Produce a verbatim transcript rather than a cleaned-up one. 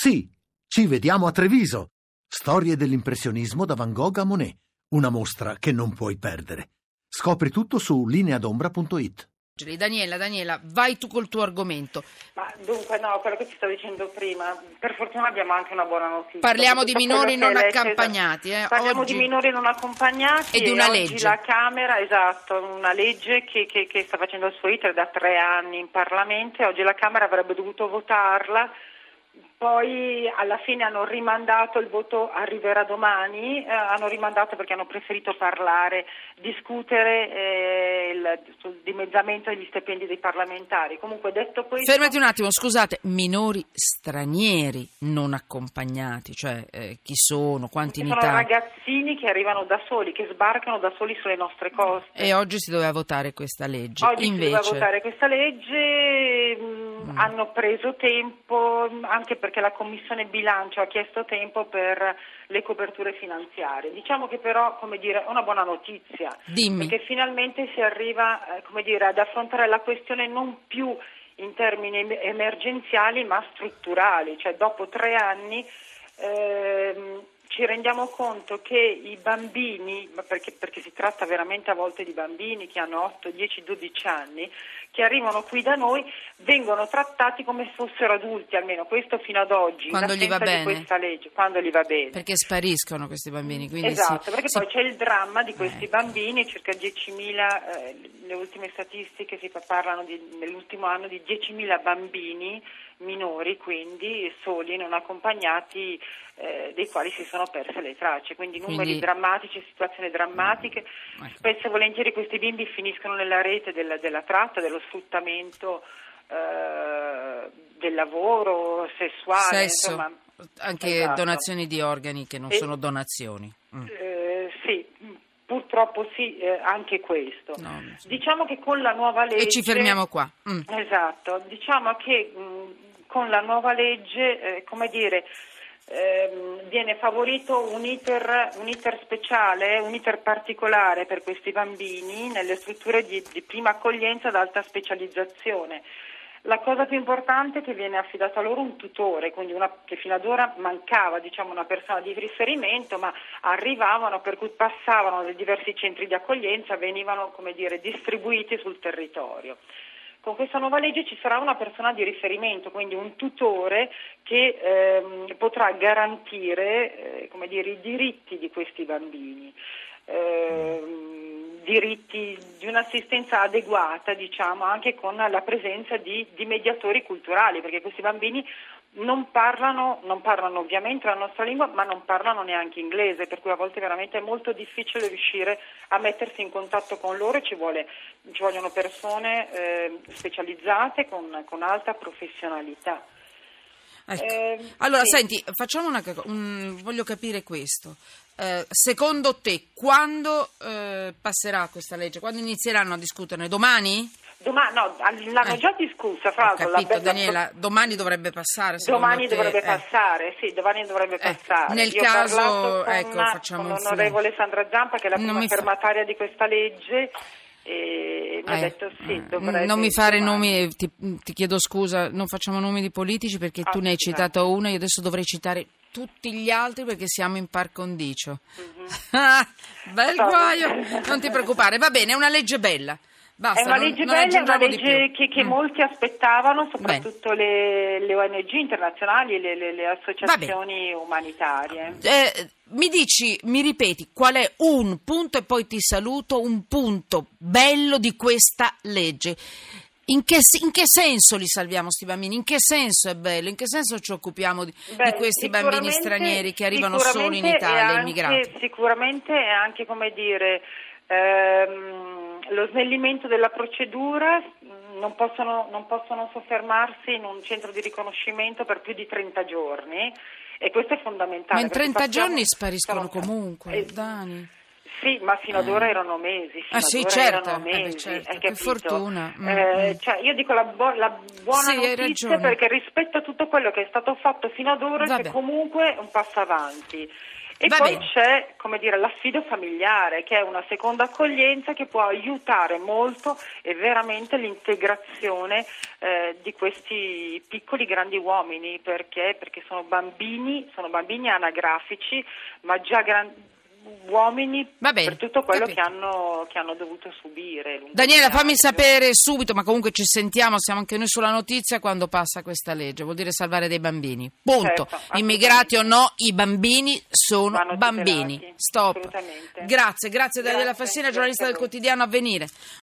Sì, ci vediamo a Treviso. Storie dell'impressionismo da Van Gogh a Monet. Una mostra che non puoi perdere. Scopri tutto su lineadombra punto it. Daniela, Daniela, vai tu col tuo argomento. Ma dunque no, quello che ti stavo dicendo prima, per fortuna abbiamo anche una buona notizia. Parliamo di minori non letto, accompagnati. Eh, Parliamo oggi... di minori non accompagnati e di una e legge. Oggi la Camera, esatto, una legge che, che, che sta facendo il suo iter da tre anni in Parlamento, e oggi la Camera avrebbe dovuto votarla. Poi alla fine hanno rimandato, il voto arriverà domani, eh, hanno rimandato perché hanno preferito parlare, discutere eh, il, sul dimezzamento degli stipendi dei parlamentari. Comunque, detto questo... Fermati un attimo, scusate, minori stranieri non accompagnati, cioè eh, chi sono, quanti in sono Italia? Ragazzini che arrivano da soli, che sbarcano da soli sulle nostre coste. E oggi si doveva votare questa legge. Oggi Invece... si doveva votare questa legge, mh, mm. hanno preso tempo, anche per perché la Commissione Bilancio ha chiesto tempo per le coperture finanziarie. Diciamo che però, come dire, è una buona notizia. Dimmi. Perché finalmente si arriva, eh, come dire, ad affrontare la questione non più in termini emergenziali ma strutturali, cioè dopo tre anni ehm, ci rendiamo conto che i bambini, perché, perché si tratta veramente a volte di bambini che hanno otto, dieci, dodici anni, che arrivano qui da noi, vengono trattati come fossero adulti, almeno questo fino ad oggi, quando gli va bene, di questa legge, quando gli va bene. Perché spariscono questi bambini. Quindi esatto, si, perché si... poi c'è il dramma di questi ecco. bambini, circa diecimila, eh, le ultime statistiche si parlano di, nell'ultimo anno di diecimila bambini minori, quindi soli, non accompagnati, eh, dei quali si sono perse le tracce, quindi numeri quindi... drammatici, situazioni drammatiche. Ecco. Spesso e volentieri questi bimbi finiscono nella rete della, della tratta, dello sfruttamento, eh, del lavoro sessuale, sesso, insomma, anche esatto. Donazioni di organi che non e... sono donazioni. Mm. Eh, sì. Purtroppo sì, eh, anche questo. No, diciamo che con la nuova legge... E ci fermiamo qua. Mm. Esatto, diciamo che mh, con la nuova legge, eh, come dire, eh, viene favorito un iter, un iter speciale, un iter particolare per questi bambini nelle strutture di, di prima accoglienza ad alta specializzazione. La cosa più importante è che viene affidato a loro un tutore, quindi una che fino ad ora mancava, diciamo, una persona di riferimento, ma arrivavano, per cui passavano dai diversi centri di accoglienza, venivano, come dire, distribuiti sul territorio. Con questa nuova legge ci sarà una persona di riferimento, quindi un tutore che ehm, potrà garantire, eh, come dire, i diritti di questi bambini. Eh, diritti di un'assistenza adeguata, diciamo, anche con la presenza di, di mediatori culturali, perché questi bambini non parlano, non parlano ovviamente la nostra lingua, ma non parlano neanche inglese, per cui a volte veramente è molto difficile riuscire a mettersi in contatto con loro e ci vuole, ci vogliono persone eh, specializzate con, con alta professionalità. Ecco. Eh, allora, sì. senti, facciamo una cosa, um, voglio capire questo. Eh, secondo te, quando eh, passerà questa legge? Quando inizieranno a discuterne? Domani? Domani, no, l'hanno eh. già discussa, fra l'altro. Ho capito, la, Daniela, domani dovrebbe passare. Domani te, dovrebbe eh. passare, sì, domani dovrebbe eh. passare. Nel Io caso, ho parlato con, ecco, facciamo con un l'onorevole Sandra Zampa, che è la prima firmataria fa... di questa legge, e mi eh. ha detto sì, eh. dovrebbe... Non mi fare nomi, ti, ti chiedo scusa, non facciamo nomi di politici perché ah, tu ne hai sì, citato no. uno, io adesso dovrei citare tutti gli altri perché siamo in par condicio. Mm-hmm. Bel guaio, non ti preoccupare, va bene, è una legge bella. Basta, è una non, legge non bella, è una legge che, che mm. molti aspettavano, soprattutto le, le O N G internazionali e le, le, le associazioni umanitarie. Eh, mi dici, mi ripeti, qual è un punto, e poi ti saluto, un punto bello di questa legge? In che, in che senso li salviamo sti bambini? In che senso è bello? In che senso ci occupiamo di, Beh, di questi bambini stranieri che arrivano solo in Italia, anche, immigrati? Sicuramente è anche, come dire, ehm, lo snellimento della procedura. Non possono, non possono soffermarsi in un centro di riconoscimento per più di trenta giorni, e questo è fondamentale. Ma in trenta facciamo, giorni spariscono sono, comunque, eh, Dani. Sì, ma fino ad ora erano mesi. Fino ah sì, ad ora certo, erano mesi, eh beh, certo. hai Che capito? fortuna. Mm, eh, mm. Cioè, io dico la, bu- la buona sì, notizia, perché rispetto a tutto quello che è stato fatto fino ad ora Vabbè. c'è comunque un passo avanti. E Va poi bene. c'è, come dire, l'affido familiare, che è una seconda accoglienza che può aiutare molto e veramente l'integrazione eh, di questi piccoli grandi uomini, perché, perché sono bambini, sono bambini anagrafici, ma già grandi uomini Va bene, per tutto quello che capito. hanno, che hanno dovuto subire. lungo Daniela, il fammi viaggio. sapere subito, ma comunque ci sentiamo, siamo anche noi sulla notizia quando passa questa legge, vuol dire salvare dei bambini. Punto. Certo, Immigrati o no, i bambini sono Vanno bambini. tutelati, Stop. assolutamente. Grazie, grazie Daniela Grazie, Fassina, giornalista del grazie a voi. quotidiano Avvenire.